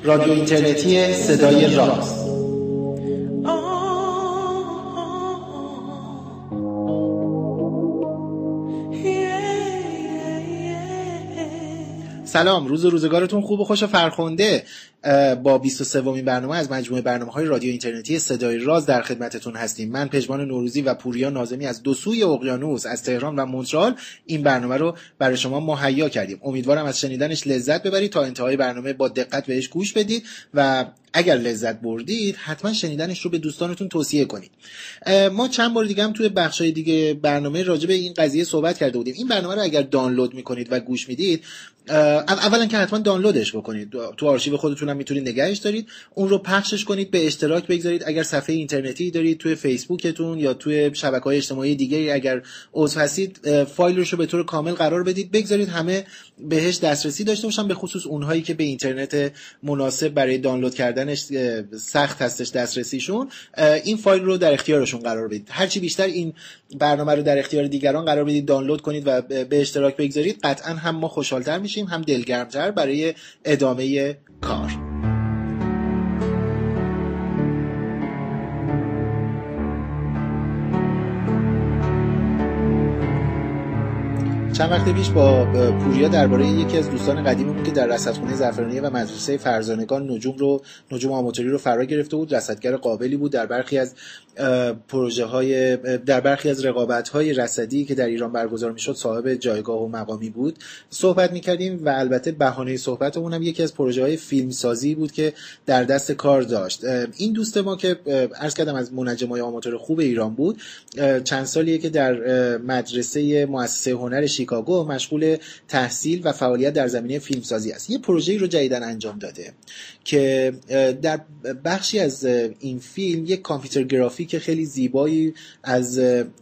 رادیو اینترنتی صدای راست. سلام، روزگارتون خوب و خوش و فرخنده. با 23مین برنامه از مجموعه برنامه‌های رادیو اینترنتی صدای راز در خدمتتون هستیم. من پژمان نوروزی و پوریا ناظمی از دو سوی اقیانوس، از تهران و مونترال، این برنامه رو برای شما مهیا کردیم. امیدوارم از شنیدنش لذت ببرید. تا انتهای برنامه با دقت بهش گوش بدید و اگر لذت بردید حتما شنیدنش رو به دوستانتون توصیه کنید. ما چند بار دیگه هم توی بخشای دیگه برنامه راجع به این قضیه صحبت کرده بودیم. این برنامه رو اگر دانلود می‌کنید و گوش میدید، اولا که حتما دانلودش بکنید، تو آرشیو خودتون هم میتونید نگهش دارید، اون رو پخشش کنید، به اشتراک بگذارید. اگر صفحه اینترنتی دارید توی فیسبوکتون یا توی شبکه‌های اجتماعی دیگه اگر عضو هستید، فایلش رو به طور کامل قرار بدید، بگذارید همه بهش دسترسی داشته باشن، به خصوص اونهایی که به اینترنت مناسب برای دانلود کردنش سخت هستش دسترسیشون. این فایل رو در اختیارشون قرار بدید. هرچی بیشتر این برنامه رو در اختیار دیگران قرار بدید، دانلود کنید و به اشتراک بگذارید، قطعا هم ما خوشحال‌تر میشیم، هم دلگرم‌تر برای ادامه کار. چند وقت پیش با پوریا درباره یکی از دوستان قدیممون که در رصدخانه زعفرانیه و مدرسه فرزانگان نجوم آماتوری رو فرا گرفته بود، رصدگر قابلی بود، در برخی از پروژه‌های، در برخی از رقابت‌های رصدی که در ایران برگزار می‌شد صاحب جایگاه و مقامی بود، صحبت می‌کردیم و البته بهانه صحبتمون هم یکی از پروژه‌های فیلمسازی بود که در دست کار داشت. این دوست ما که عرض کردم از منجمای آماتور خوب ایران بود، چند سالیه که در مدرسه مؤسسه هنر شیکاگو مشغول تحصیل و فعالیت در زمینه فیلمسازی است. یه پروژه‌ای رو جدیداً انجام داده که در بخشی از این فیلم یک کامپیوتر گرافیک خیلی زیبایی از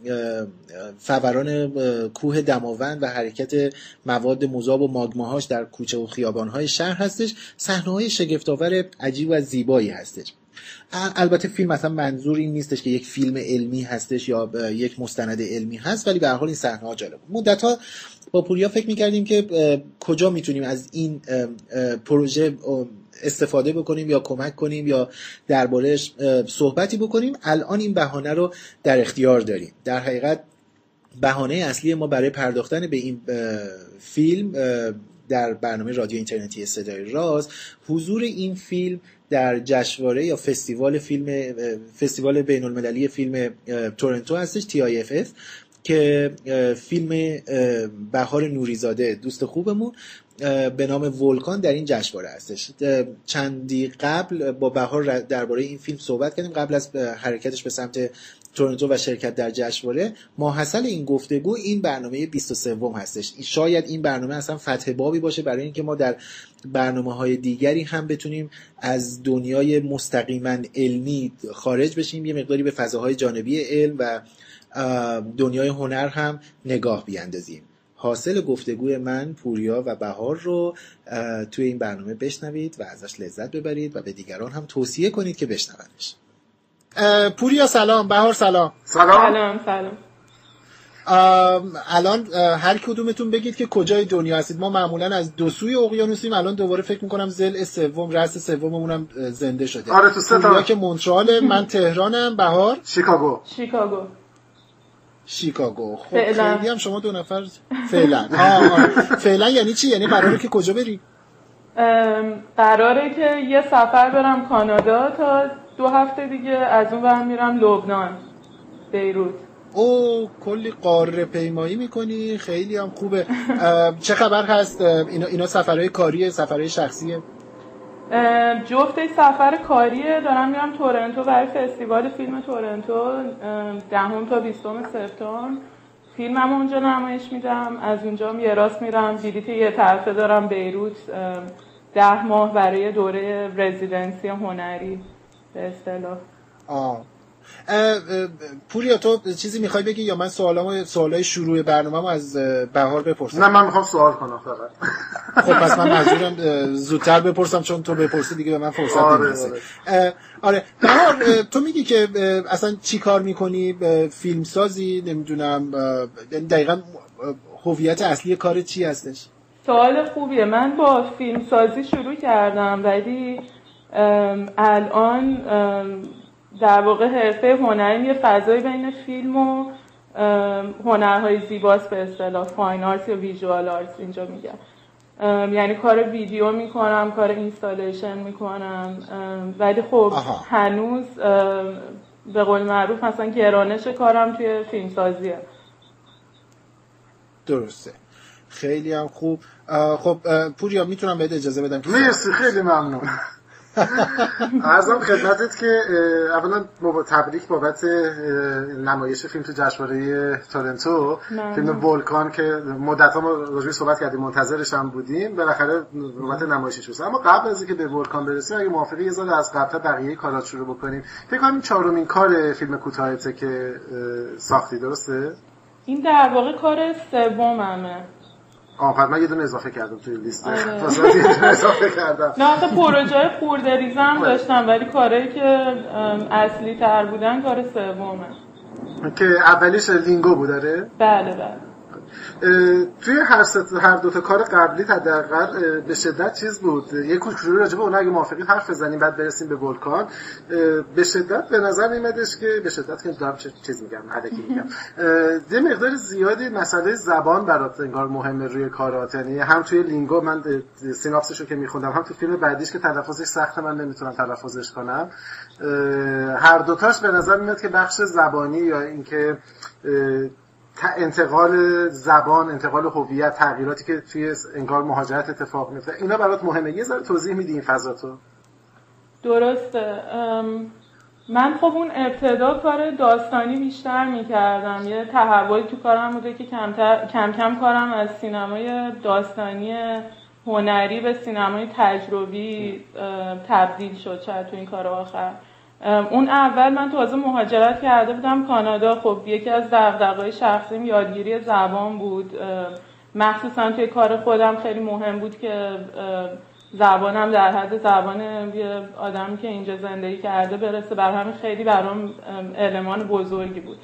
فوران کوه دماوند و حرکت مواد مذاب و ماگماهاش در کوچه و خیابان‌های شهر هستش. صحنه‌های شگفت‌آور عجیب و زیبایی هستش. البته فیلم مثلا منظور این نیستش که یک فیلم علمی هستش یا یک مستند علمی هست، ولی به هر حال این صحنه‌ها جالب. مدت‌ها با پوریا فکر می‌کردیم که کجا میتونیم از این پروژه استفاده بکنیم یا کمک کنیم یا درباره‌اش صحبتی بکنیم. الان این بهانه رو در اختیار داریم. در حقیقت بهانه اصلی ما برای پرداختن به این فیلم در برنامه رادیو اینترنتی صدای راز حضور این فیلم در جشنواره یا فستیوال بین‌المللی فیلم تورنتو هستش، TIFF، که فیلم بهار نوریزاده دوست خوبمون به نام ولکان در این جشنواره هستش. چندی قبل با بهار درباره این فیلم صحبت کردیم قبل از حرکتش به سمت تورنتو و شرکت در جشنواره. ماحصل این گفتگو این برنامه 23 هستش. شاید این برنامه اصلا فتح بابی باشه برای اینکه ما در برنامه‌های دیگری هم بتونیم از دنیای مستقیما علمی خارج بشیم، یه مقداری به فضاهای جانبی علم و دنیای هنر هم نگاه بیاندازیم. حاصل گفتگوی من، پوریا و بهار رو توی این برنامه بشنوید و ازش لذت ببرید و به دیگران هم توصیه کنید که بشنونش. پوریا سلام، بهار سلام. سلام. الان هر کدومتون بگید که کجای دنیا هستید. ما معمولا از دو سوی اقیانوسیم، الان دوباره فکر میکنم ضلع سوم، رأس سوممون هم زنده شده. آره تو سه تا. پوریا که مونترال، من تهرانم، بهار شیکاگو. خب خیلی هم شما دو نفر فعلا. فعلا یعنی چی؟ یعنی قراره که کجا بری؟ قراره که یه سفر برم کانادا تا 2 هفته دیگه، از اون برم میرم لبنان، بیروت. کلی قاره پیمایی میکنی، خیلی هم خوبه. چه خبر هست؟ اینا سفرهای کاریه، سفرهای شخصیه؟ جفتش سفر کاریه. دارم میرم تورنتو برای فستیوال فیلم تورنتو 10 تا 20 سپتامبر. فیلمم اونجا نمایش میدم، از اونجا یه راست میرم بلیط یه طرفه دارم بیروت 10 ماه برای دوره رزیدنسی هنری به اصطلاح. پوریا تو چیزی میخوای بگی یا من سوالای شروع برنامه‌مو از بهار بپرسم؟ نه من میخوام سوال کنم فقط. خب پس من منظورم زودتر بپرسم، چون تو بپرسی دیگه به من فرصت نمیرسه. آره بهار، تو میگی که اصلا چی کار میکنی؟ فیلمسازی؟ نمیدونم دقیقاً هویت اصلی کار چی هستش؟ سوال خوبیه. من با فیلم سازی شروع کردم ولی الان در واقع حرفه هنری یه فضایی بین فیلم و هنرهای زیباست، به اصطلاح فاین آرت یا ویژوال آرت اینجا میگن. یعنی کار ویدیو میکنم، کار اینستالیشن میکنم، ولی خب هنوز به قول معروف مثلا گرانش کارم توی فیلم سازیه. درسته، خیلی هم خوب. خب پوریا میتونم بهت اجازه بدم که مرسی، خیلی ممنون. عرضم خدمتت که اولا تبریک بابت نمایش فیلم تو جشنواره تورنتو، فیلم ولکان که مدت‌ها ما راجعش صحبت کردیم، منتظرش هم بودیم، بالاخره نوبت نمایشش شد. اما قبل از اینکه به ولکان برسیم اگه موافقی یه ذره از قبل تا بقیه کارات شروع بکنیم. فکر کنم این چهارمین کار فیلم کوتاهته که ساختی، درسته؟ این در واقع کار سوممه. پس من یه دونه اضافه کردم توی لیست. واسه یه دونه اضافه کردم. نه آخه پروژه‌های خورده ریزه هم داشتم ولی کارهایی که اصلی تر بودن کار سومه. که اولیش لینگو بود داره؟ بله بله. توی هر دو تا کار قبلی حداقل به شدت چیز بود. یه کوچولو راجع به اون اگه موافقید حرف بزنیم بعد برسیم به ولکان. به شدت به نظر میادش که به شدت که دارم چیز میگم، الکی میگم، یه مقدار زیادی مسئله زبان برات انگار مهمه روی کارات. یعنی هم توی لینگو من سیناپسشو که میخوندم، هم تو فیلم بعدیش که تلفظش سخته من نمیتونم تلفظش کنم، هر دوتاش به نظر میاد که بخش زبانی یا اینکه انتقال زبان، انتقال هویت، تغییراتی که توی انگار مهاجرت اتفاق میفته، اینا برات مهمه. یه ذره توضیح میدی این فضاتو؟ درسته. من خب اون ابتدا کار داستانی بیشتر میکردم. یه تحولی تو کارم بوده که کم کم کارم از سینمای داستانی هنری به سینمای تجربی تبدیل شد شاید تو این کار آخر. اون اول من تازه مهاجرت کرده بودم کانادا. خب یکی از دغدغه‌های شخصیم یادگیری زبان بود، مخصوصا توی کار خودم خیلی مهم بود که زبانم در حد زبان یه آدمی که اینجا زندگی کرده برسه. برای همین خیلی برام المان بزرگی بود.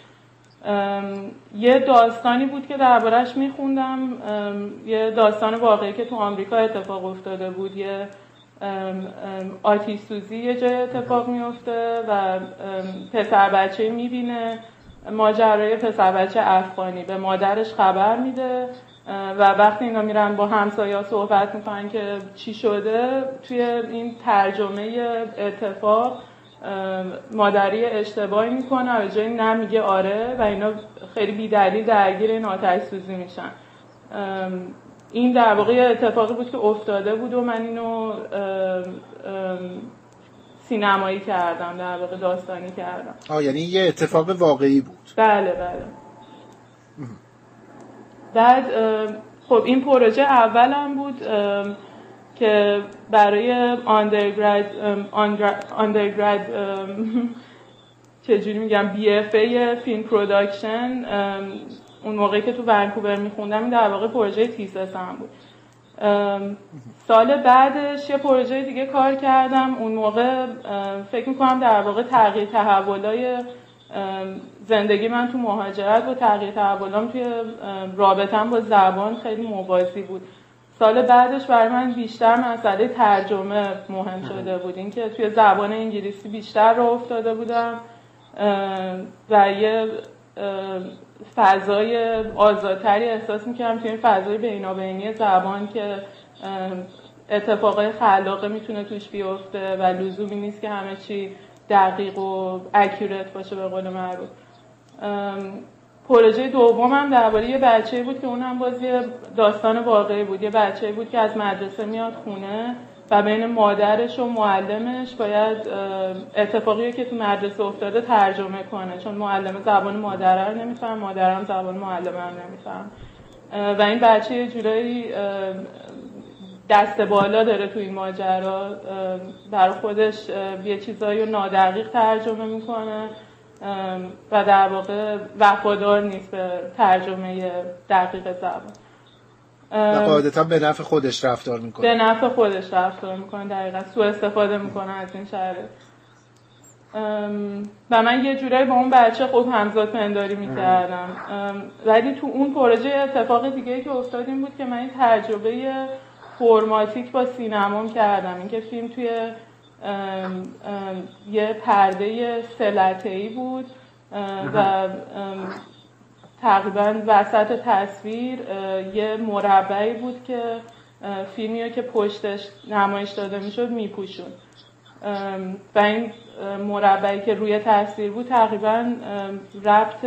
یه داستانی بود که دربارش میخوندم، یه داستان واقعی که تو آمریکا اتفاق افتاده بود. یه آتش سوزی یه جای اتفاق میفته و پسر بچه میبینه، ماجرای پسر بچه افغانی به مادرش خبر میده و وقتی اینا میرن با همسایه‌ها صحبت میکنن که چی شده، توی این ترجمه اتفاق مادری اشتباهی میکنه و جایی نمیگه آره و اینا خیلی بی‌دلیل درگیر این آتش سوزی میشن. این در واقع اتفاقی بود که افتاده بود و من اینو سینمایی کردم، در واقع داستانی کردم. یعنی یه اتفاق واقعی بود. بله بله. بعد خب این پروژه اولم بود که برای آندرگراد چجوری میگم BFA فیلم پروداکشن، اون موقعی که تو ونکوور میخوندم این در واقع پروژه تیسس هم بود. سال بعدش یه پروژه دیگه کار کردم. اون موقع فکر میکنم در واقع تغییر تحولای زندگی من تو مهاجرت و تغییر تحولام توی رابطم با زبان خیلی موازی بود. سال بعدش برای من بیشتر مسئله ترجمه مهم شده بود، این که توی زبان انگلیسی بیشتر راه افتاده بودم و یه فضای آزادتری احساس میکردم توی این فضای بینابینی زبان که اتفاقای خلاقه میتونه توش بیفته و لزومی نیست که همه چی دقیق و اکورت باشه به قول معروف. پروژه دومم درباره یه بچه‌ای بود که اونم باز یه داستان واقعی بود. یه بچه‌ای بود که از مدرسه میاد خونه و بین مادرش و معلمش باید اتفاقی که تو مدرسه افتاده ترجمه کنه، چون معلم زبان مادره رو نمیفهم، مادرم زبان معلمه رو نمیفهم و این بچه یه جورایی دست بالا داره تو این ماجرا، برای خودش یه چیزایی رو نادقیق ترجمه میکنه و در واقع وفادار نیست به ترجمه دقیق زبان و قاعدتا به نفع خودش رفتار میکنه. به نفع خودش رفتار میکنه، دقیقاً سوء استفاده میکنه از این شرایط. و من یه جورایی با اون بچه خب همزاد پنداری میکردم. ولی تو اون پروژه اتفاق دیگه‌ای که افتاد این بود که من این تجربه فرماتیک با سینمام کردم. اینکه فیلم توی یه پرده سه‌لته‌ای بود و تقریبا وسط تصویر یه مربعی بود که فیلمی رو که پشتش نمایش داده میشد میپوشون و این مربعی که روی تصویر بود تقریبا ربط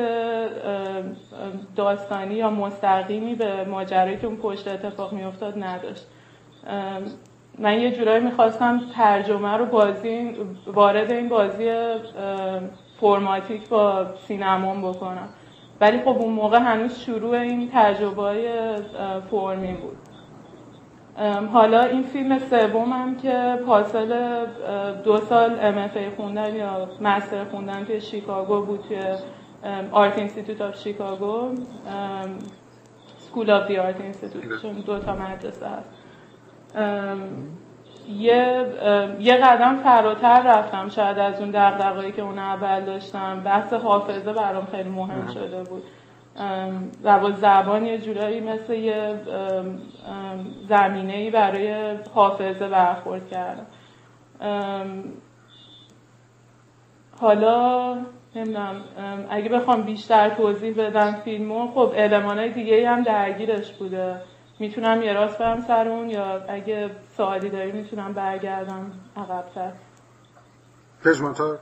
داستانی یا مستقیمی به ماجرایی که اون پشت اتفاق میافتاد نداشت. من یه جورایی میخواستم ترجمه رو وارد این بازی فرماتیک با سینمام بکنم، ولی خب اون موقع هنوز شروع این تجربه‌های فرمی بود. حالا این فیلم سومم که حاصل 2 سال MFA خوندن یا مستر خوندن توی شیکاگو بود، توی آرت اینستیتوت آف شیکاگو، سکول آف دی آرت اینستیتوت، چون 2 تا مدرسه هست. یه قدم فراتر رفتم شاید از اون دغدغه‌ای که اون اول داشتم. بحث حافظه برام خیلی مهم شده بود و با زبان یه جورایی مثل یه زمینه‌ای برای حافظه برخورد کردم. حالا نمیدونم اگه بخوام بیشتر توضیح بدم فیلمو، خب المانای دیگه‌ای هم درگیرش بوده. میتونم یه راست برم سر اون یا اگه سوالی داری میتونم برگردم عقب‌تر. پژمانتار؟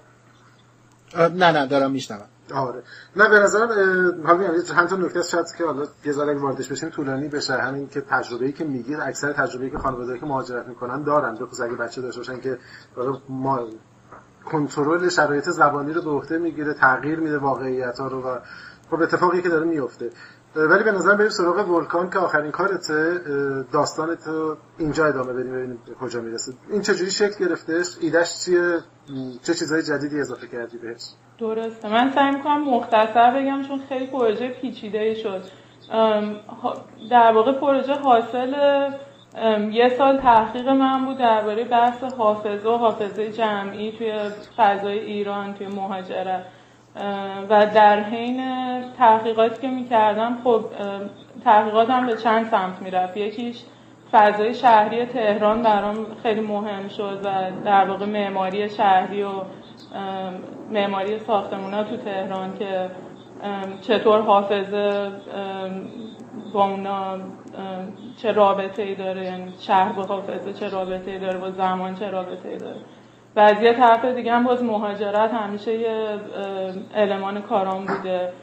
نه دارم میشنوم. آره نه به نظرم حالا چند تا نکته شاید که حالا یه ذره واردش بشیم طولانی بشه. همین که تجربه‌ای که میگید اکثر تجربه‌ای که خانواده‌ای که مهاجرت میکنن دارن، به خصوص اگه بچه داشته باشن که ما کنترل شرایط زبانی رو به عهده میگیره، تغییر میده واقعیت‌ها رو و خب اتفاقی که داره میفته. ولی به نظرم بریم سراغ ولکان که آخرین کارته، داستانتو اینجا ادامه بدیم ببینیم کجا میرسه. این چجوری شکل گرفتش؟ ایدهش چیه؟ چه چیزای جدیدی اضافه کردی بهش؟ درسته، من سعی میکنم مختصر بگم چون خیلی پروژه پیچیده‌ای شد. در واقع پروژه حاصل 1 سال تحقیق من بود درباره بحث حافظه و حافظه جمعی توی فضای ایران توی مهاجرت و در حین تحقیقاتی که می‌کردم خب تحقیقاتم به چند سمت میرفت. یکیش فضای شهری تهران برام خیلی مهم شد و در واقع معماری شهری و معماری ساختمان‌ها تو تهران که چطور حافظه با اونا چه رابطه‌ای داره، یعنی شهر با حافظه چه رابطه‌ای داره، با زمان چه رابطه‌ای داره. و از یه طرف دیگه هم باز مهاجرت همیشه یه المان کارام بوده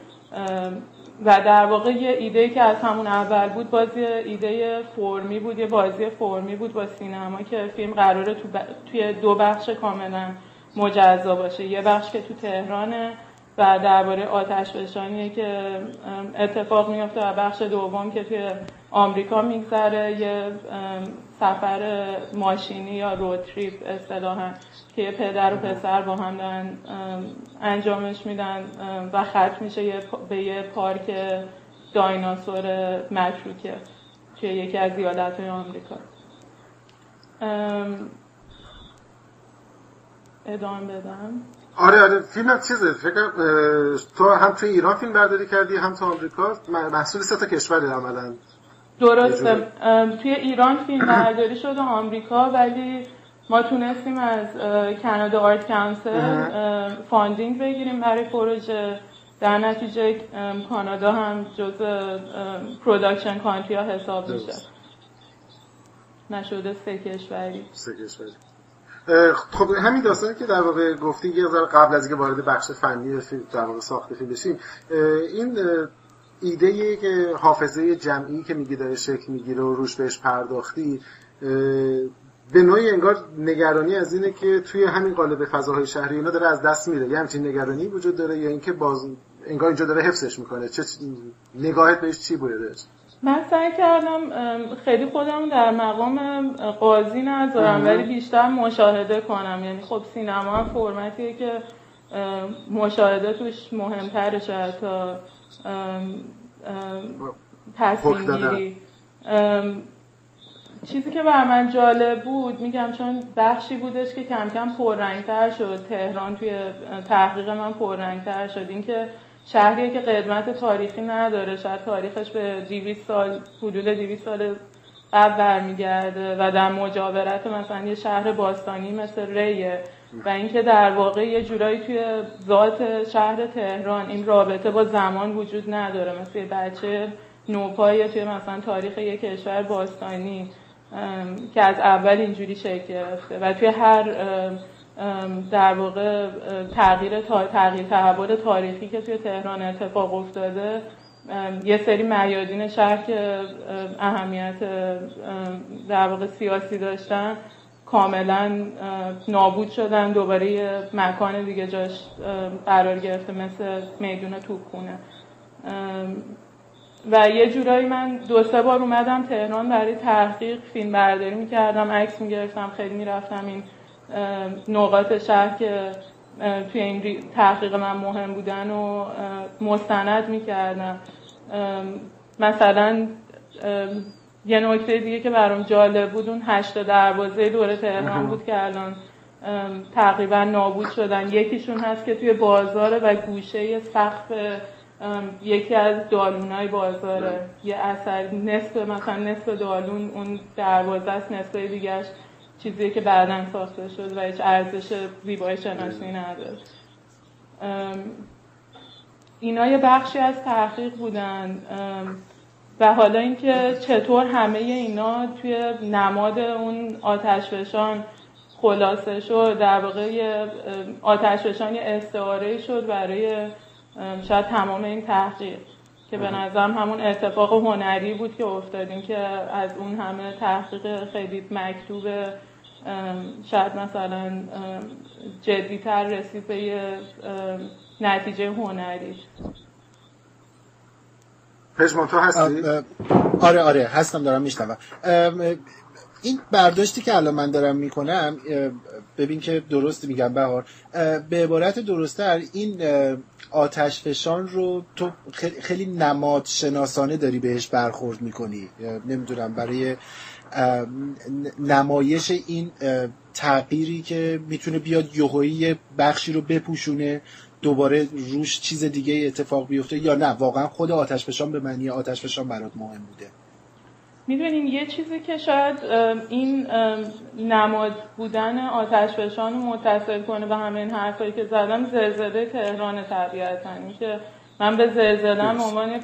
و در واقع یه ایده‌ای که از همون اول بود باز یه ایده فرمی بود، یه بازی فرمی بود با سینما که فیلم قراره توی 2 بخش کاملا مجزا باشه. یه بخش که تو تهرانه و درباره آتشفشانیه که اتفاق میفته و بخش دوم که توی آمریکا میگذره، یه سفر ماشینی یا رود تریپ اصطلاحاً که یه پدر و پسر با هم دارن انجامش میدن و ختم میشه به یه پارک دایناسور متروکه توی یکی از ایالت‌های آمریکا. ادامه بدم؟ آره فیلم چیزه، فکر تو هم توی ایران فیلم برداری کردی هم تو آمریکا، محصول 3 تا کشور عملاً. درسته، توی ایران فیلم برداری شد و آمریکا، ولی ما تونستیم از کانادا آرت کانسل فاندینگ بگیریم برای پروژه. در نتیجه کانادا هم جزء پروداکشن کانتری ها حساب میشه. نشده 3 کشوری. خب همین داستانی که در واقع گفتی یه ذره قبل از اینکه وارد بخش فنی فیلم در واقع ساخت فیلم بشیم، این ایده‌ای که حافظه جمعی که میگی داره شکل میگیره و روش بهش پرداختی، به نوعی انگار نگرانی از اینه که توی همین قالب فضاهای شهری اینا داره از دست میره. یه همچین نگرانی وجود داره یا اینکه باز انگار اینجا داره حفظش میکنه؟ چه نگاهت بهش چی بوده؟ من سعی کردم خیلی خودم در مقام قاضی نذارم ولی بیشتر مشاهده کنم. یعنی خب سینما هم فرمتیه که مشاهده توش مهمتره شاید تا تصمیم گیری. چیزی که بر من جالب بود میگم چون بخشی بودش که کم کم پررنگ‌تر شد، تهران توی تحقیق من پررنگ‌تر شد، این که شهریه که قدمت تاریخی نداره، شاید تاریخش به 200 سال حدود 200 سال قبل برمیگرده و در مجاورت مثلا یه شهر باستانی مثل ریه و اینکه در واقع یه جورایی توی ذات شهر تهران این رابطه با زمان وجود نداره، مثل یه بچه نوپایی توی مثلا تاریخ یک کشور باستانی که از اول اینجوری شکل گرفته و توی هر در واقع تغییر تحول تاریخی که توی تهران اتفاق افتاده یه سری میادین شهر که اهمیت در واقع سیاسی داشتن کاملا نابود شدن، دوباره یه مکان دیگه جاش قرار گرفته مثل میدون توپخونه. و یه جورایی من 2-3 بار اومدم تهران برای تحقیق، فیلم برداری میکردم، عکس میگرفتم، خیلی میرفتم این نقاط شهر که توی این تحقیق من مهم بودن و مستند میکردم. مثلا یه نکته دیگه که برام جالب بود اون 8 دروازه دور تهران بود که الان تقریبا نابود شدن. یکیشون هست که توی بازاره و گوشه سقف یکی از دالونای بازاره، یه اثر نصف دالون اون دروازه است، نصف دیگهش چیزیه که بعداً ساخته شد و هیچ ارزش زیبایی شناسی نداره. اینا یه بخشی از تحقیق بودن و حالا اینکه چطور همه اینا توی نماد اون آتشفشان خلاصه شد، در واقع آتشفشان یه استعاره شد برای شاید تمام این تحقیق که به نظرم همون اتفاق هنری بود که افتادیم که از اون همه تحقیق خیلی مکتوب شاید مثلا جدی‌تر رسید به یه نتیجه هنری. پژمان تو هستی؟ آره هستم، دارم میشنوم. این برداشتی که الان من دارم میکنم، ببین که درست میگم بهار، به عبارت درست‌تر این آتش فشان رو تو خیلی نماد شناسانه داری بهش برخورد میکنی، نمیدونم برای نمایش این تغییری که میتونه بیاد یهویی بخشی رو بپوشونه دوباره روش چیز دیگه اتفاق بیفته، یا نه واقعا خود آتش فشان به معنی آتش فشان برات مهم بوده؟ میدونیم یه چیزی که شاید این نماد بودن آتش فشان رو متصل کنه به همه این حرفایی که زدم، زلزله تهران طبیعتاً. این که من به زلزله عنوان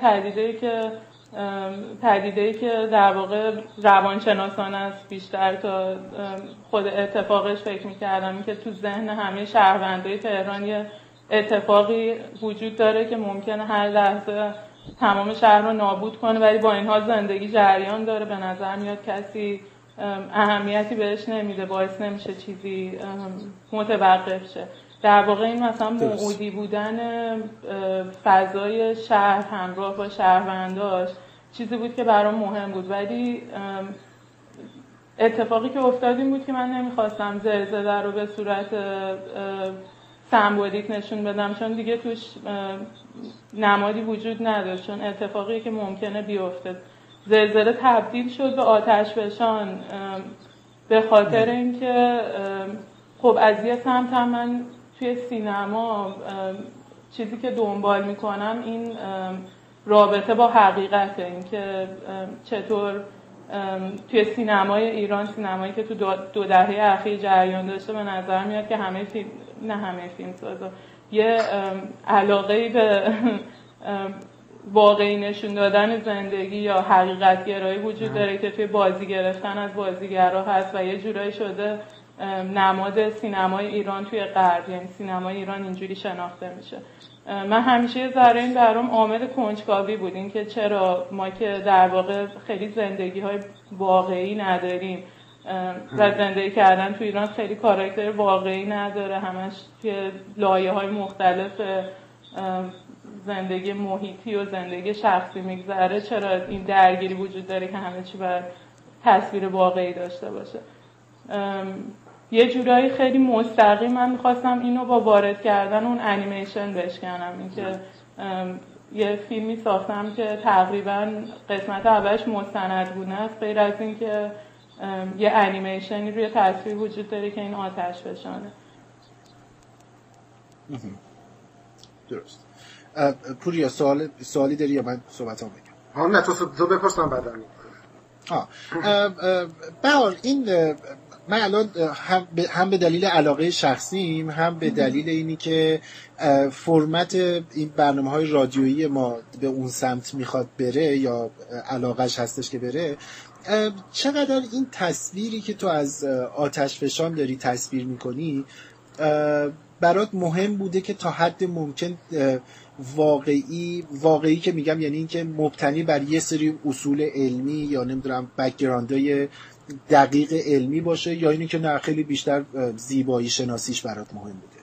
پدیده‌ای که در واقع روانشناسان است بیشتر تا خود اتفاقش فکر می‌کردم، که تو ذهن همه شهروندای تهران یه اتفاقی وجود داره که ممکنه هر لحظه تمام شهر رو نابود کنه، ولی با این حال زندگی جریان داره. به نظر میاد کسی اهمیتی بهش نمیده، باعث نمیشه چیزی متوقف شه. در واقع این مثلا موعودی بودن فضای شهر همراه با شهرونداش چیزی بود که برام مهم بود، ولی اتفاقی که افتاد این بود که من نمیخواستم زلزله رو به صورت سمبولیک نشون بدم، چون دیگه توش نمادی وجود نداره، چون اتفاقی که ممکنه بیفته. زلزله تبدیل شد به آتش فشان به خاطر اینکه خب از یه سمت هم من توی سینما چیزی که دنبال میکنم این رابطه با حقیقته، این که چطور توی سینمای ایران، سینمایی که تو 2 دهه اخیر جریان داشته، به نظر میاد که همه فیلمسازا یه علاقه‌ای به واقعی نشون دادن زندگی یا حقیقت گرایی وجود داره که توی بازی گرفتن از بازیگرا هست و یه جورایی شده نماد سینمای ایران توی غرب، یعنی سینمای ایران اینجوری شناخته میشه. من همیشه یه ذره این برام عامل کنجکاوی بود، این که چرا ما که در واقع خیلی زندگی‌های واقعی نداریم و زندگی کردن تو ایران خیلی کاراکتر واقعی نداره، همش توی لایه‌های مختلف زندگی محیطی و زندگی شخصی میگذره، چرا این درگیری وجود داره که همه چی بر تصویر واقعی داشته باشه. یه جورایی خیلی مستقیم من میخواستم اینو با وارد کردن اون انیمیشن بشکنم، این که یه فیلمی ساختم که تقریبا قسمت اولش مستندگونه است، غیر از این که یه انیمیشنی روی تصویر وجود داره که این آتش فشانه. درست. پوریا سوالی داری یا من صحبتام بگم؟ نه تو بپرسم بعدا. بهار این من الان هم به دلیل علاقه شخصیم هم به دلیل اینی که فرمت این برنامه‌های رادیویی ما به اون سمت میخواد بره یا علاقهش هستش که بره، چقدر این تصویری که تو از آتش فشان داری تصویر میکنی برات مهم بوده که تا حد ممکن واقعی که میگم یعنی این که مبتنی بر یه سری اصول علمی یا نمیدونم بک‌گراندای دقیق علمی باشه، یا اینی که نه خیلی بیشتر زیبایی شناسیش برات مهم بوده؟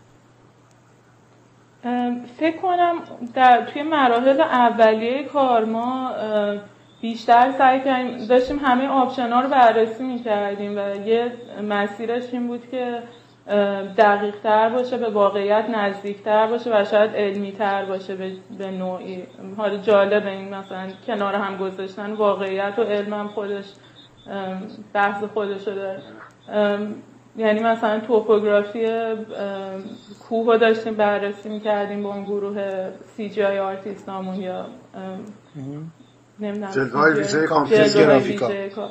فکر کنم توی مراحل اولیه کار ما بیشتر سعی کردیم، داشتیم همه آپشن‌ها رو بررسی می‌کردیم و یه مسیرش این بود که دقیق‌تر باشه، به واقعیت نزدیک‌تر باشه و شاید علمی‌تر باشه به نوعی. حالا جالب این مثلا کنار هم گذاشتن واقعیت و علم هم خودش بحث خودشو داره. یعنی مثلا توپوگرافی کوه رو داشتیم بررسی می‌کردیم با اون گروه CGI آرتیستامون یا نمیدونم جلوه‌های ویژه کامپیوتر.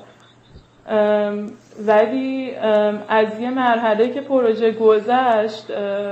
ولی از یه مرحله که پروژه گذشت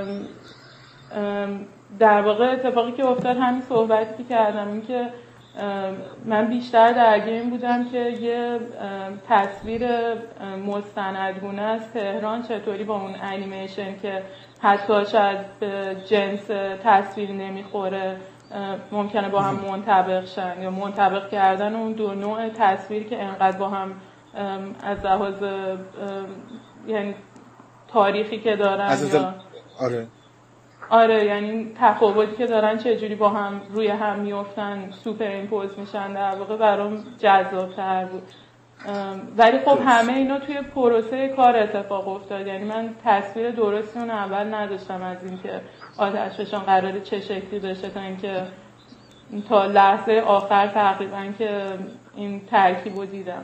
در واقع اتفاقی که افتاد همین صحبتی کردم، این که من بیشتر درگیر این بودم که یه تصویر مستندگونه از تهران چطوری با اون انیمیشن که حتی شاید به جنس تصویر نمیخوره ممکنه با هم منطبق شن، یا منطبق کردن اون دو نوع تصویر که انقدر با هم از لحاظ یعنی تاریخی که دارن یا آره یعنی تفاوتی که دارن چجوری با هم روی هم میافتن، سوپر ایمپوز میشن، در واقع برام جذاب‌تر بود. ولی خب همه اینا توی پروسه کار اتفاق افتاد. یعنی من تصویر درستی اون اول نداشتم از اینکه آتش فشان قراره چه شکلی بشه تا اینکه تا لحظه آخر تقریبا که این ترکیبو دیدم.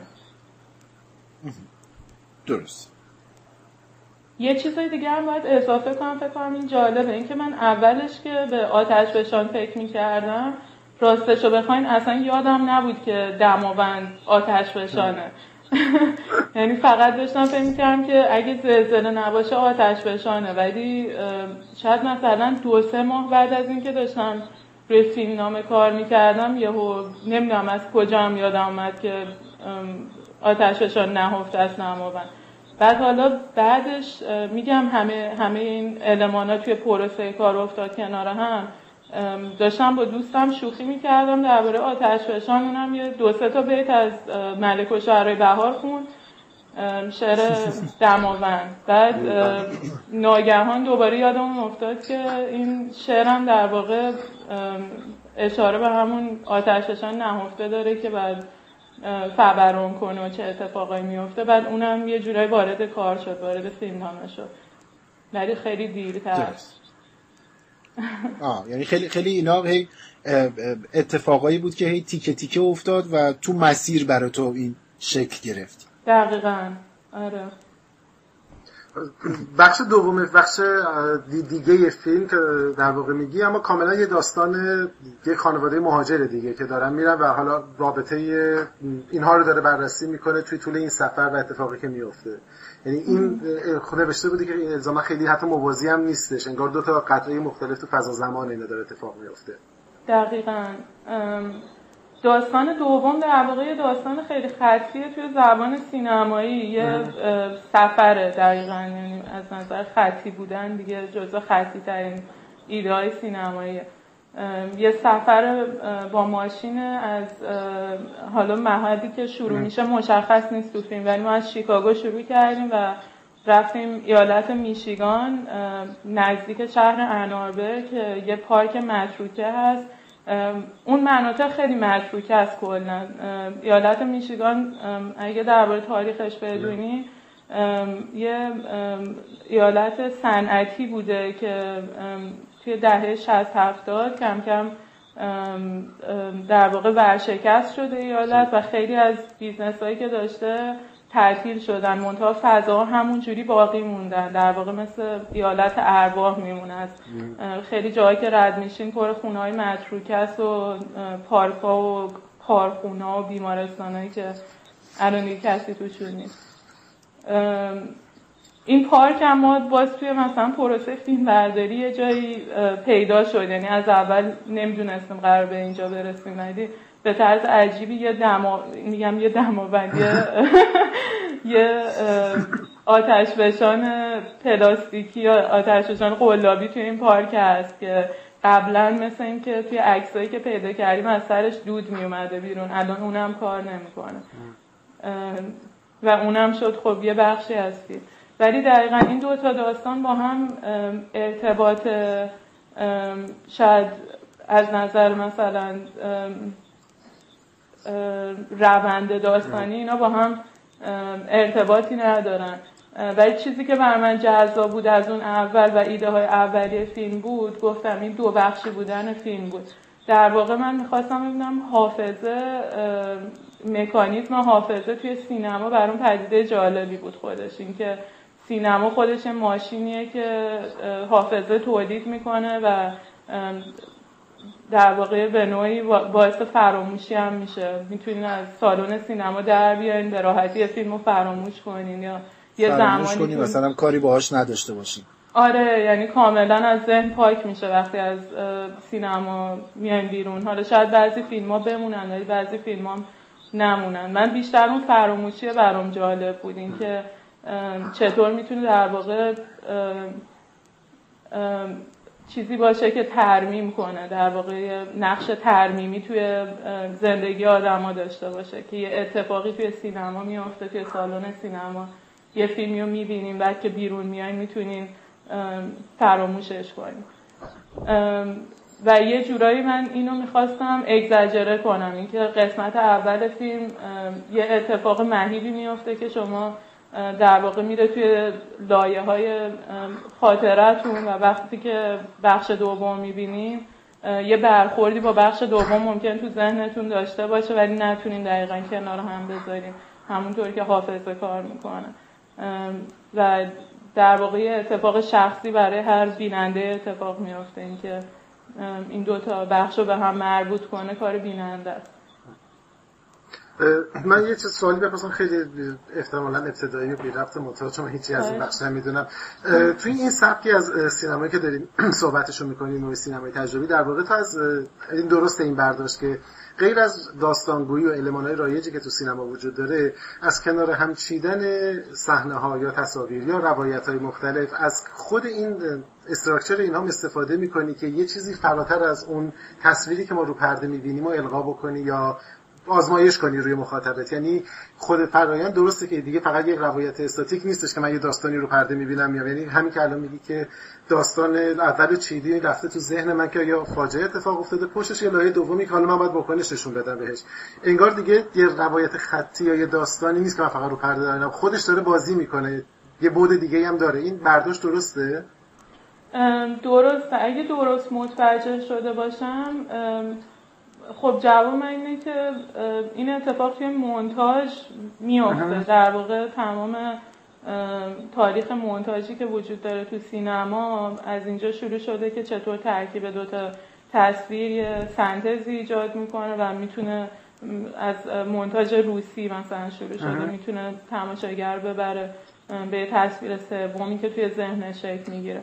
درست. یه چیزای دیگه هم باید اضافه کنم، فکر کنم این جالبه، این که من اولش که به آتش فشان فکر می‌کردم راستشو بخواین اصلا یادم نبود که دماوند آتش فشانه. یعنی فقط داشتم فکر می‌کردم که اگه زلزله نباشه آتش فشانه، ولی شاید مثلا 2-3 ماه بعد از این که داشتم روی فیلمنامه کار می‌کردم یهو نمیدونم از کجا هم یادم اومد که آتش فشان نهفته از دماوند. بعد حالا بعدش میگم همه این المانا توی پروسه کار افتاد کنار هم. داشتم با دوستم شوخی میکردم درباره آتش فشان، اونم یه 2-3 تا بیت از ملک و شعرهای بهار خوند، شعر دماوند. بعد ناگهان دوباره یادم افتاد که این شعرم در واقع اشاره به همون آتش فشان نهفته داره که بعد فبرون کنه و چه اتفاقایی میفته. بعد اونم یه جورایی وارد کار شد، وارد فیلمنامه شد، ولی خیلی دیرتر. یعنی خیلی اینا هی اتفاقایی بود که هی تیکه تیکه افتاد و تو مسیر برای تو این شکل گرفت. دقیقاً آره. بخش دوم، بخش دیگه فیلم که در واقع میگی اما کاملا یه داستان یه خانواده مهاجر دیگه که دارن میرن و حالا رابطه اینها رو داره بررسی میکنه توی طول این سفر و اتفاقی که میفته. یعنی این خود نوشته بودی که این الزاما خیلی حتی موازی هم نیستش، انگار دو تا قطعه مختلف تو فضا زمان اینا داره اتفاق میفته. دقیقاً. داستان دوم در واقع داستان خیلی خطیه توی زبان سینمایی، یه سفره دقیقاً، یعنی از نظر خطی بودن دیگه جزو خطی ترین ایده های سینمایی. یه سفر با ماشین از حالا محلی که شروع میشه مشخص نیست تو فیلم، ولی ما از شیکاگو شروع کردیم و رفتیم ایالت میشیگان نزدیک شهر اناربر که یه پارک متروکه هست. اون مناطق خیلی متروکه است کلا. ایالت میشیگان اگه درباره تاریخش بدونی یه ایالت صنعتی بوده که توی دهه 60-70 کم کم در واقع ورشکست شده ایالت و خیلی از بیزنس‌هایی که داشته تعطیل شدن، منتها فضاها همون جوری باقی موندن، در واقع مثل ایالت ارواح میمونه. از خیلی جایی که رد میشین پر خونه‌های متروکه است و پارک‌ها و کارخونه‌ها و بیمارستانایی که الان دیگه کسی توشون نیست. این پارک اما باز توی مثلا پروسه فیلم برداری یه جایی پیدا شد، یعنی از اول نمیدونستیم قرار به اینجا برسیم، ولی به طرز عجیبی یه دماوندی یه آتشفشان پلاستیکی یا آتشفشان قلابی توی این پارک هست که قبلا مثل این که توی عکسایی که پیدا کردیم از سرش دود می اومده بیرون، الان اونم کار نمیکنه و اونم شد خب یه بخشی از فیلم. ولی دقیقا این دو تا داستان با هم ارتباط شاید از نظر مثلا روند داستانی اینا با هم ارتباطی ندارن، ولی چیزی که برای من جذاب بود از اون اول و ایده های اولیه فیلم بود، گفتم این دو بخشی بودن فیلم بود. در واقع من میخواستم ببینم حافظه، مکانیزم حافظه توی سینما برام پدیده جالبی بود خودش، اینکه سینما خودش ماشینیه که حافظه تولید میکنه و در واقع به نوعی باعث فراموشی هم میشه. میتونین از سالن سینما در بیاین به راحتی فیلمو فراموش کنین یا یه زمانی مثلا کاری باهاش نداشته باشین. آره، یعنی کاملا از ذهن پاک میشه وقتی از سینما میاین بیرون. حالا شاید بعضی فیلم‌ها بمونن ولی بعضی فیلم‌ها نمونن. من بیشتر اون فراموشی برام جالب بود، این که چطور میتونه در واقع چیزی باشه که ترمیم کنه، در واقع نقش ترمیمی توی زندگی آدم‌ها داشته باشه که یه اتفاقی توی سینما میفته، توی سالن سینما یه فیلمی رو میبینیم بعد که بیرون میایم میتونیم فراموشش کنیم. و یه جورایی من اینو میخواستم اگزاجره کنم، اینکه قسمت اول فیلم یه اتفاق مهیبی میفته که شما در واقع میره توی لایه‌های خاطرتون و وقتی که بخش دوم میبینیم یه برخوردی با بخش دوم ممکن تو ذهنتون داشته باشه ولی نتونین دقیقاً کنار هم بذاریم، همونطور که حافظه کار میکنه و در واقع اتفاق شخصی برای هر بیننده اتفاق میفته، اینکه این دو تا بخشو به هم مربوط کنه کار بیننده است. من یه چیز سوالی بپرسم خیلی احتمالاً ابتدایی و بی ربط مطلق، چون هیچی از این بخش نمیدونم. توی این سبکی از سینمایی که داریم صحبتشو میکنیم، نوع سینمای تجربی، در واقع تو از این درسته این برداشت که غیر از داستانگویی و المان‌های رایجی که تو سینما وجود داره، از کنار هم چیدن صحنه‌ها یا تصاویر یا روایت‌های مختلف از خود این استراکچر اینها استفاده می‌کنی که یه چیزی فراتر از اون تصویری که ما رو پرده می‌بینیم و القا بکنی یا آزمایش کنی روی مخاطبت. یعنی خود فرآیند درسته که دیگه فقط یک روایت استاتیک نیستش که من یه داستانی رو پرده می‌بینم، یعنی همین که الان میگی که داستان اول چیدی رفته تو ذهن من که یا فاجعه اتفاق افتاده، پشتش یه لایه دومی که حالا من باید واکنش نشون بدم بهش. انگار دیگه یه روایت خطی یا یه داستانی نیست که من فقط رو پرده دارم، خودش داره بازی میکنه، یه بعد دیگه‌ای هم داره. این برداشت درسته؟ درسته. اگه درست متوجه شده باشم، خب جواب من اینه که این اتفاق توی مونتاژ میفته. در واقع تمام تاریخ مونتاژی که وجود داره تو سینما از اینجا شروع شده که چطور ترکیب دوتا تصویر سنتزی ایجاد میکنه و میتونه از مونتاژ روسی مثلا شروع شده، میتونه تماشاگر ببره به تصویر سومی که توی ذهن شکل میگیره.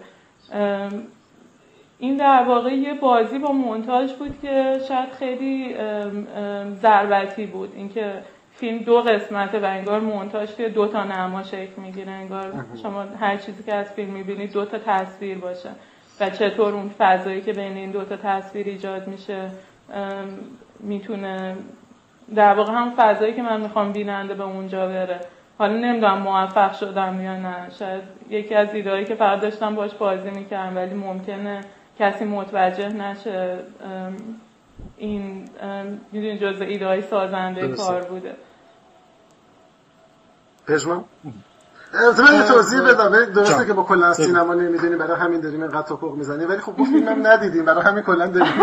این در واقع یه بازی با مونتاژ بود که شاید خیلی ضربتی بود، اینکه فیلم دو قسمته و انگار مونتاژ توی دو تا نما شکل میگیره، انگار شما هر چیزی که از فیلم میبینید دو تا تصویر باشه و چطور اون فضایی که بین این دو تا تصویر ایجاد میشه میتونه در واقع هم فضایی که من میخوام بیننده به اونجا بره. حالا نمیدونم موفق شدم یا نه، شاید یکی از ایده‌هایی که فقط داشتم باش بازی میکردم ولی ممکنه کسی متوجه نشه این میدونی جزء ایده‌های سازنده کار بوده. پژمان؟ من یه توضیح بدم. درسته که با کلا از سینما نمیدونیم، برای همین داریم اینقدر توپق میزنیم، ولی خب فیلمم ندیدیم، برای همین کلا داریم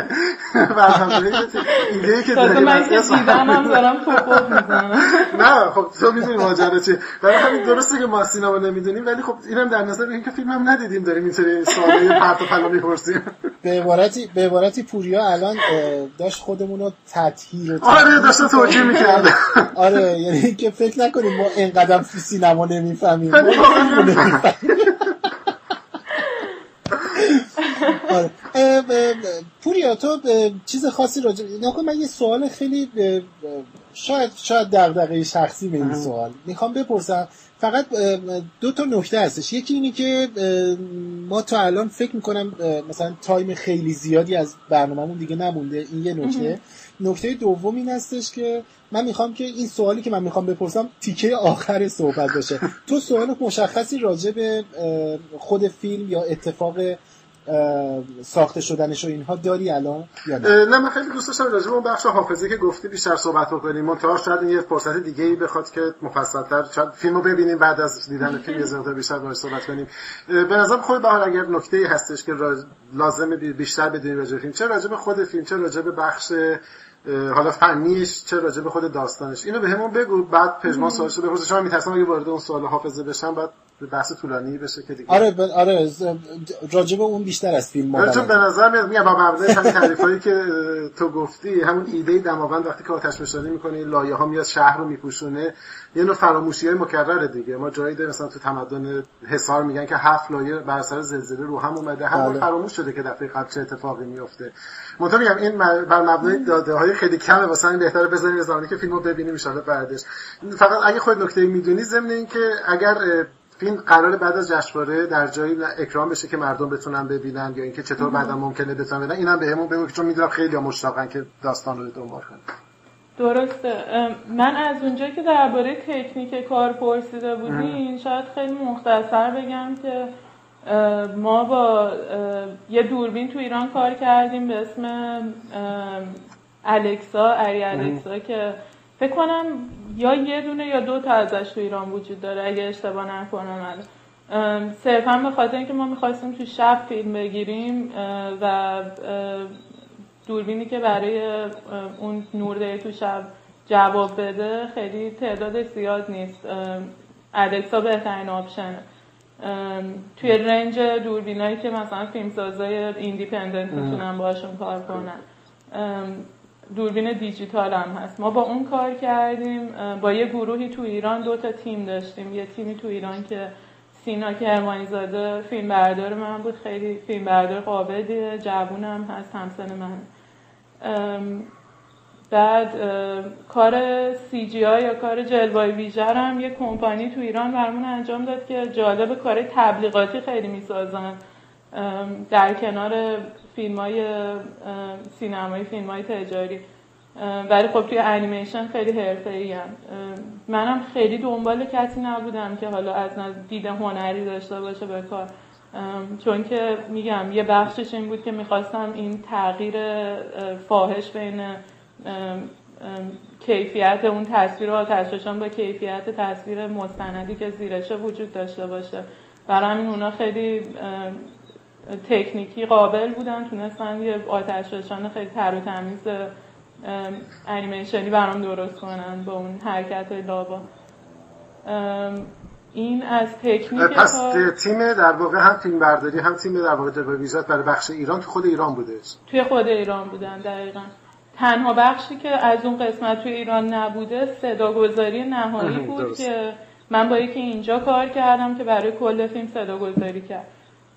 ایده‌ای که داریم من که دیدمم دارم توپق میزنم. نه خب تو میدونی ماجرا چیه، برای همین درسته که ما سینما نمیدونیم، ولی خب اینم در نظر بگیریم که فیلمم ندیدیم داریم اینطوری سوالای پرت و پلا میپرسیم. به عبارتی پوریا الان داشت خودمون رو تطهیر داشت توجیه می‌کرد. آره یعنی که فکر نکنیم ما اینقدر سینما نمیفهمیم. پوریا تو چیز خاصی راجع نکن. من یه سوال خیلی شاید دغدغه شخصی به این سوال میخوام بپرسم. فقط 2 تا نکته هستش. یکی اینی که ما تا الان فکر میکنم مثلا تایم خیلی زیادی از برنامه‌مون دیگه نمونده. این یه نکته. نکته دوم این هستش که من میخوام که این سوالی که من میخوام بپرسم تیکه آخر صحبت باشه. تو سوال مشخصی راجع به خود فیلم یا اتفاق ساخته شدنش و اینها داری الان یا نه؟ من خیلی دوست داشتم راجع به اون بخش حافظه که گفتی بیشتر صحبت بکنیم. منتها شاید این یه فرصت دیگه‌ای بخواد که مفصل‌تر شاید فیلمو ببینیم، بعد از دیدن فیلم یه ذره بیشتر باهاش صحبت کنیم. به نظرم خود بهار اگر نکته‌ای هستش که لازمه بیشتر بدونیم راجع به فیلم، چه راجع به خود فیلم، چه راجع به بخش حالا فنیش، چه راجع به خود داستانش، اینو بهمون بگو. بعد پژمان سوالشو بپرسه. چون من میترسم اگه وارد اون سوال حافظه بشم بعد بحث طولانی بشه که دیگه. آره راجع به اون بیشتر از فیلم ما. چون به نظر میاد میگم با مبنای همین تعریفایی که تو گفتی، همون ایده دماوند وقتی که آتش نشانی میکنه لایه‌ها میاد شهر رو میپوشونه، یه نوع فراموشی‌های مکرره دیگه. ما جایی داریم مثلا تو تمدن حصار میگن که 7 لایه بر اثر زلزله رو هم اومده، همون فراموش شده که دفعه قبل چه اتفاقی میفته. منتها میگم این بر مبنای داده‌های خیلی کمه، واسه این بهتره بذاریم زمانی که فیلمو ببینیم ان شاءالله بعدش. فقط اگه خود نکته‌ای میدونی ضمن این که اگر فیلم قراره بعد از جشنواره در جایی اکرام بشه که مردم بتونن ببینن یا اینکه چطور بعدا ممکنه بتونن ببینن، اینم بهمون بگو چون میدونم خیلی‌ها مشتاقن که داستان رو دنبال کنن. درسته. من از اونجایی که درباره تکنیک کار پرسیده بودین شاید خیلی مختصر بگم که ما با یه دوربین تو ایران کار کردیم به اسم الکسا، الکسا که فکر کنم یا یه دونه یا 2 تا ازش تو ایران وجود داره اگه اشتباه نکنم. صرفا به خاطر اینکه ما می‌خواستیم تو شب فیلم بگیریم و دوربینی که برای اون نورده تو شب جواب بده خیلی تعداد زیاد نیست. الکسا بهترین آپشنه. توی رنج دوربینایی که مثلا فیلمسازای ایندیپندنت میتونن باشون کار کنن. دوربین دیجیتال هم هست. ما با اون کار کردیم. با یه گروهی تو ایران 2 تا تیم داشتیم. یه تیمی تو ایران که سینا کرمانی‌زاده فیلم بردار من بود، خیلی فیلم بردار قابلیه، جوونم هست، همسن من. بعد کار CGI یا کار جلوه‌ای ویژر هم یه کمپانی تو ایران برامون انجام داد که جالب کار تبلیغاتی خیلی میسازن در کنار فیلم‌های سینمایی، فیلم‌های تجاری. ولی خب توی انیمیشن خیلی حرفه‌ای‌ام. منم خیلی دنبال کسی نبودم که حالا از دید هنری داشته باشه به کار، چون که میگم یه بخشش این بود که میخواستم این تغییر فاحش بین کیفیت اون تصویر آتش‌فشان با کیفیت تصویر مستندی که زیرشه وجود داشته باشه. برای همین اونا خیلی تکنیکی قابل بودن، تونستن یه آتش‌فشان خیلی تر و تمیز انیمیشنی برام درست کنن با اون حرکت لابا. این از تکنیک. پس تیم در واقع هم فیلم برداری هم تیم در واقع جلوه‌ویژت برای بخش ایران تو خود ایران بوده؟ توی خود ایران بودن دقیقاً. تنها بخشی که از اون قسمت توی ایران نبوده صداگذاری نهایی بود درست. که من با یکی اینجا کار کردم که برای کل فیلم صداگذاری کرد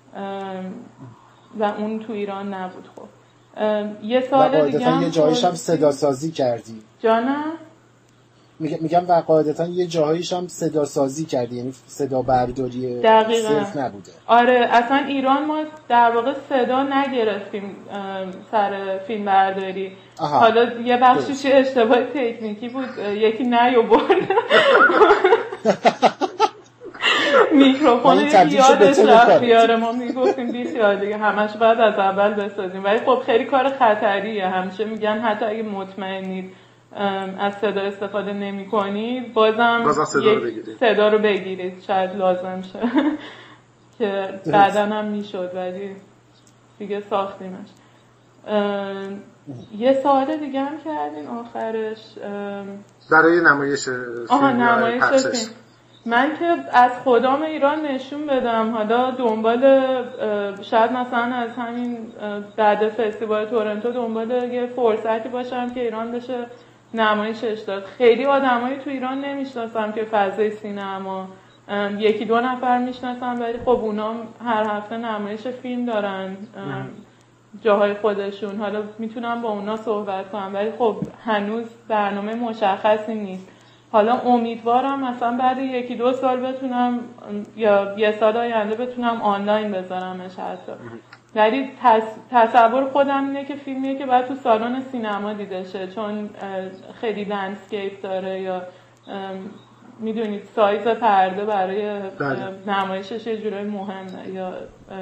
و اون تو ایران نبود. خب یه سال دیگه هم یه جایش هم صدا سازی کردی. جانم؟ میگم و قاعدتا یه جاهایش هم صدا سازی کردی، یعنی صدا برداری صرف نبوده. آره اصلا ایران ما در واقع صدا نگرفتیم سر فیلم برداری. حالا یه بخشش اشتباه تکنیکی بود، یکی نیاورد میکروفون یادش رفت بیاره، ما میگفتیم بیخیال دیگه همش بعد از اول بسازیم. ولی خب خیلی کار خطریه، همیشه میگن حتی اگه مطمئنید از صدا استفاده نمی‌کنید بازم صدا رو بگیرید، شاید لازم شه که بعداً هم میشد ولی دیگه ساختیمش. یه سوال دیگه هم کردین آخرش برای نمایش فیلم. من که از خودم ایران نشون بدم، حالا دنبال شاید مثلا از همین بعد فستیوال تورنتو دنبال یه فرصتی باشم که ایران بشه نمایشش داد. خیلی آدمایی تو ایران نمیشناسم که فضای سینما، یکی دو نفر میشناسم ولی خب اونا هر هفته نمایش فیلم دارن جاهای خودشون، حالا میتونم با اونا صحبت کنم ولی خب هنوز برنامه مشخصی نیست. حالا امیدوارم مثلا بعد یکی دو سال بتونم یا یه سال آینده بتونم آنلاین بذارمش حتی. ولی تصور خودم اینه که فیلمیه که باید تو سالن سینما دیده شه، چون خیلی لندسکیپ داره یا میدونید سایز پرده برای نمایشش یه جورای مهمه یا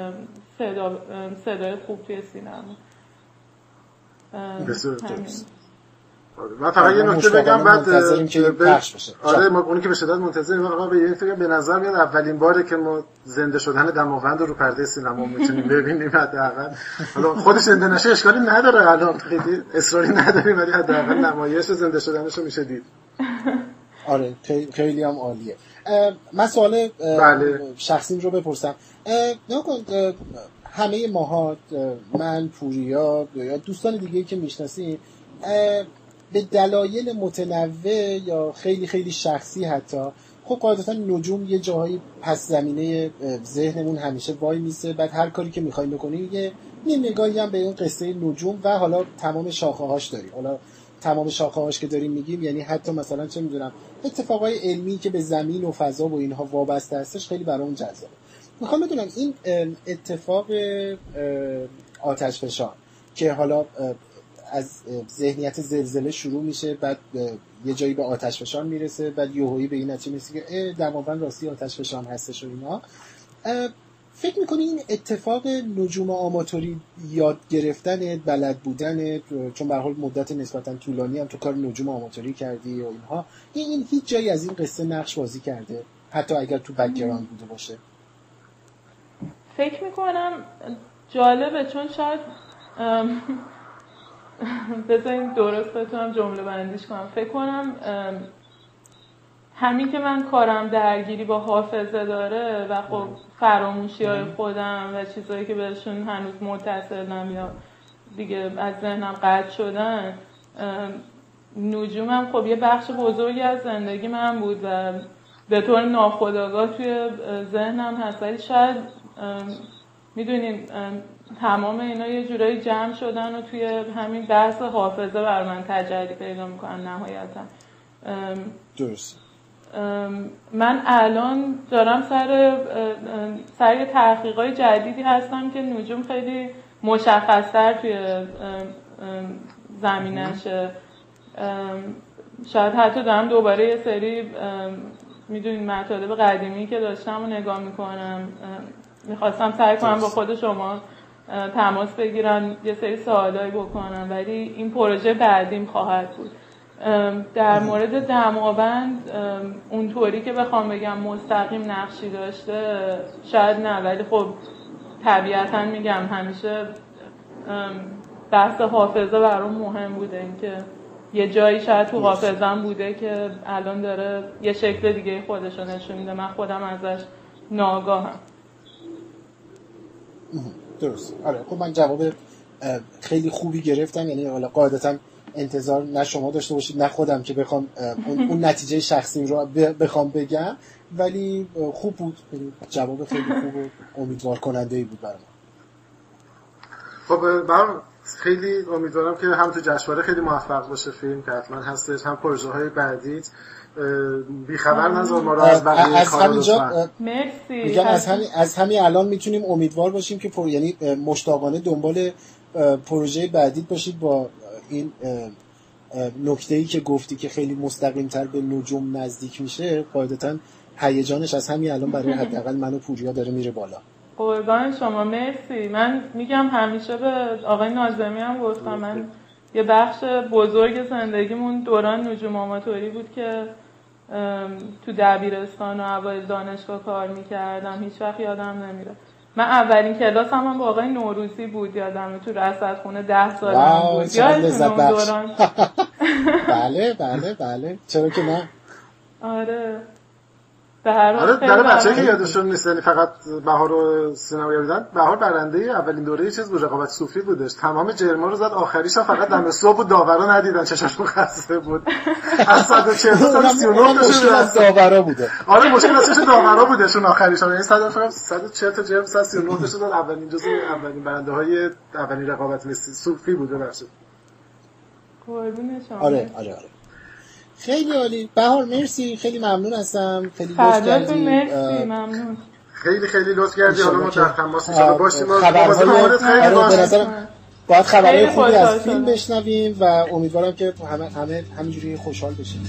صدای خوب توی سینما. بسیار درست. من فقط یه نکته بگم بعد پخش بشه. آره ما اونی که به شدت منتظریم. واقعا به این فکر به نظر میاد اولین باره که ما زنده شدن دماوند رو پرده سینما میتونیم ببینیم حداقل. حالا خودش زنده نشه اشکالی نداره، الان خیلی اصراری نداریم ولی حداقل نمایش زنده شدنش رو میشه دید. آره خیلی هم عالیه. من سوال شخصیم رو بپرسم. نکن همه ماها، من، پوریا یا دوستان دیگه‌ای که میشناسیم به دلایل متنوع یا خیلی خیلی شخصی حتی خب قاعدتا نجوم یه جاهایی پس زمینه ذهنمون همیشه وای میسه. بعد هر کاری که میخوایم بکنیم یه نگاهی هم به اون قصه نجوم و حالا تمام شاخه‌هاش داریم. حالا تمام شاخه‌هاش که داریم میگیم یعنی حتی مثلا چه میدونم اتفاقای علمی که به زمین و فضا و اینها وابسته هستش خیلی برام جذابه. میخوام بدونم این اتفاق آتش فشان که حالا از ذهنیت زلزله شروع میشه، بعد یه جایی به آتش فشان میرسه، بعد یهویی به این نتیجه میرسه که دماوند راستی آتش فشان هستش و اینا. فکر میکنی این اتفاق نجوم آماتوری یاد گرفتن، بلد بودن، چون به هر حال مدت نسبتا طولانی هم تو کار نجوم آماتوری کردی و اینها، این هیچ جایی از این قصه نقش بازی کرده حتی اگر تو بک‌گراند بوده باشه؟ فکر میکنم جالبه، چون شاید بذارین درست بتونم جمله بندیش کنم. فکر کنم همین که من کارم درگیری با حافظه داره و خب فراموشی های خودم و چیزهایی که بهشون هنوز متصلم یا دیگه از ذهنم قطع شدن، نجومم خب یه بخش بزرگی از زندگی من بود و به طور ناخودآگاه توی ذهنم هست، ولی شاید میدونین تمام اینا یه جورایی جمع شدن و توی همین بحث حافظه بر من تجلی پیدا میکنن نهایتا. درست. من الان دارم سر تحقیقات جدیدی هستم که نجوم خیلی مشخص‌تر توی زمینشه. شاید حتی دارم دوباره یه سری میدونین مطالب قدیمی که داشتم و نگاه میکنم. میخواستم سعی کنم با خود شما تماس بگیرم یه سری سوالایی بکنم، ولی این پروژه بعدیم خواهد بود. در مورد دماوند اونطوری که بخوام بگم مستقیم نقشی داشته شاید نه، ولی خب طبیعتا میگم همیشه بحث حافظه برام مهم بوده، اینکه یه جایی شاید تو حافظم بوده که الان داره یه شکل دیگه خودشو نشون میده، من خودم ازش ناآگاهم. درست. آره خب من جواب خیلی خوبی گرفتم، یعنی حالا قاعدتا انتظار نه شما داشته باشید نه خودم که بخوام اون نتیجه شخصیم رو بخوام بگم، ولی خوب بود، جواب خیلی خوب و امیدوار کننده‌ای بود برام. خب من خیلی امیدوارم که هم تو جشنواره خیلی موفق باشه فیلم که حتما هستش، هم پروژه‌های بعدیت بیخبر نذار ما رو از بقیه کارا لطفاً. مرسی. میگم از همین الان میتونیم امیدوار باشیم که یعنی مشتاقانه دنبال پروژه بعدیت باشید با این نکته‌ای که گفتی که خیلی مستقیم‌تر به نجوم نزدیک میشه. قاعدتاً هیجانش از همین الان برای حداقل من و پوریا داره میره بالا. قربان شما، مرسی. من میگم همیشه به آقای ناظمی هم گفتم، من یه بخش بزرگ زندگیمون دوران نجوم آماتوری بود که تو دبیرستان و اوایل دانشگاه کار میکردم. هیچ وقت یادم نمیره. من اولین کلاس هم با آقای نوروزی بود، یادمه، تو رصدخونه 10 سالم بود. یادتونه اون دوران؟ بله چرا که نه. آره به هر حال برای بچه‌ای که یادشون نیست، یعنی فقط بهار و سینما یادن، بهار برنده اولین دوره چیز بود، رقابت صوفی بودش. تمام جرما رو زد، آخریش هم فقط دم صبح بود، داورا ندیدن، چشاشون خسته بود. از 140 تا 39 مشکل از داورا بوده. آره مشکل از چش داورا بودشون آخریش، یعنی 140 تا جرم 139 تا شد. اولین اولین برنده‌های اولین رقابت صوفی بوده بخش. قربون شما. آره خیلی عالی. بهار مرسی، خیلی ممنون هستم. خیلی لطف کردی. مرسی، ممنون. خیلی لطف کردی. حالا ما در تماس ان باشیم. باید خبرهای خوبی از فیلم بشنویم و امیدوارم که همه همینجوری خوشحال بشیم.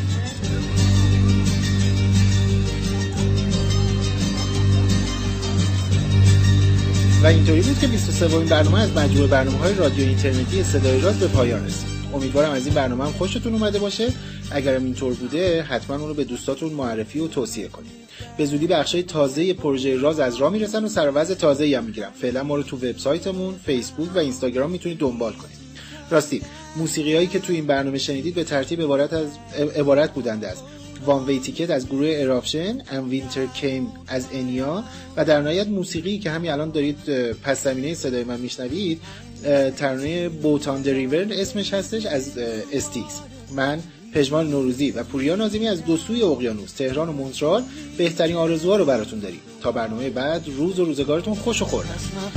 و اینطوری بود که 23مین برنامه از مجموعه برنامه‌های رادیو اینترنتی صدای راست به پایان رسید. امیدوارم از این برنامه هم خوشتون اومده باشه. اگرم اینطور بوده حتما اون رو به دوستاتون معرفی و توصیه کنید. به زودی بخشای تازه پروژه راز از راه میرسن و سر وضع تازه‌ای هم میگیرن. فعلا ما رو تو وبسایتمون، فیسبوک و اینستاگرام میتونید دنبال کنید. راستی موسیقیایی که تو این برنامه شنیدید به ترتیب عبارت بودند از وان وی تیکت از گروه اراپشن، ام وینتر کیم از انیا و در نهایت موسیقی که همین الان دارید پس زمینه صدای من میشنوید، ترانه بوت آن د ریور اسمش هستش از استیکس. من پژمان نوروزی و پوریا ناظمی از دو سوی اقیانوس، تهران و مونترال بهترین آرزوها رو براتون داریم. تا برنامه بعد روز و روزگارتون خوش و خورم.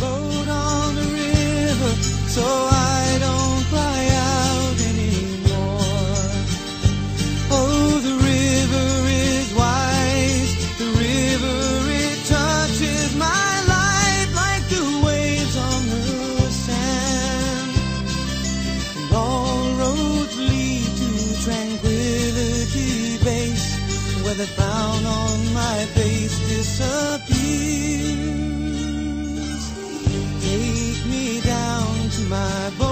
The frown on my face disappears. Take me down to my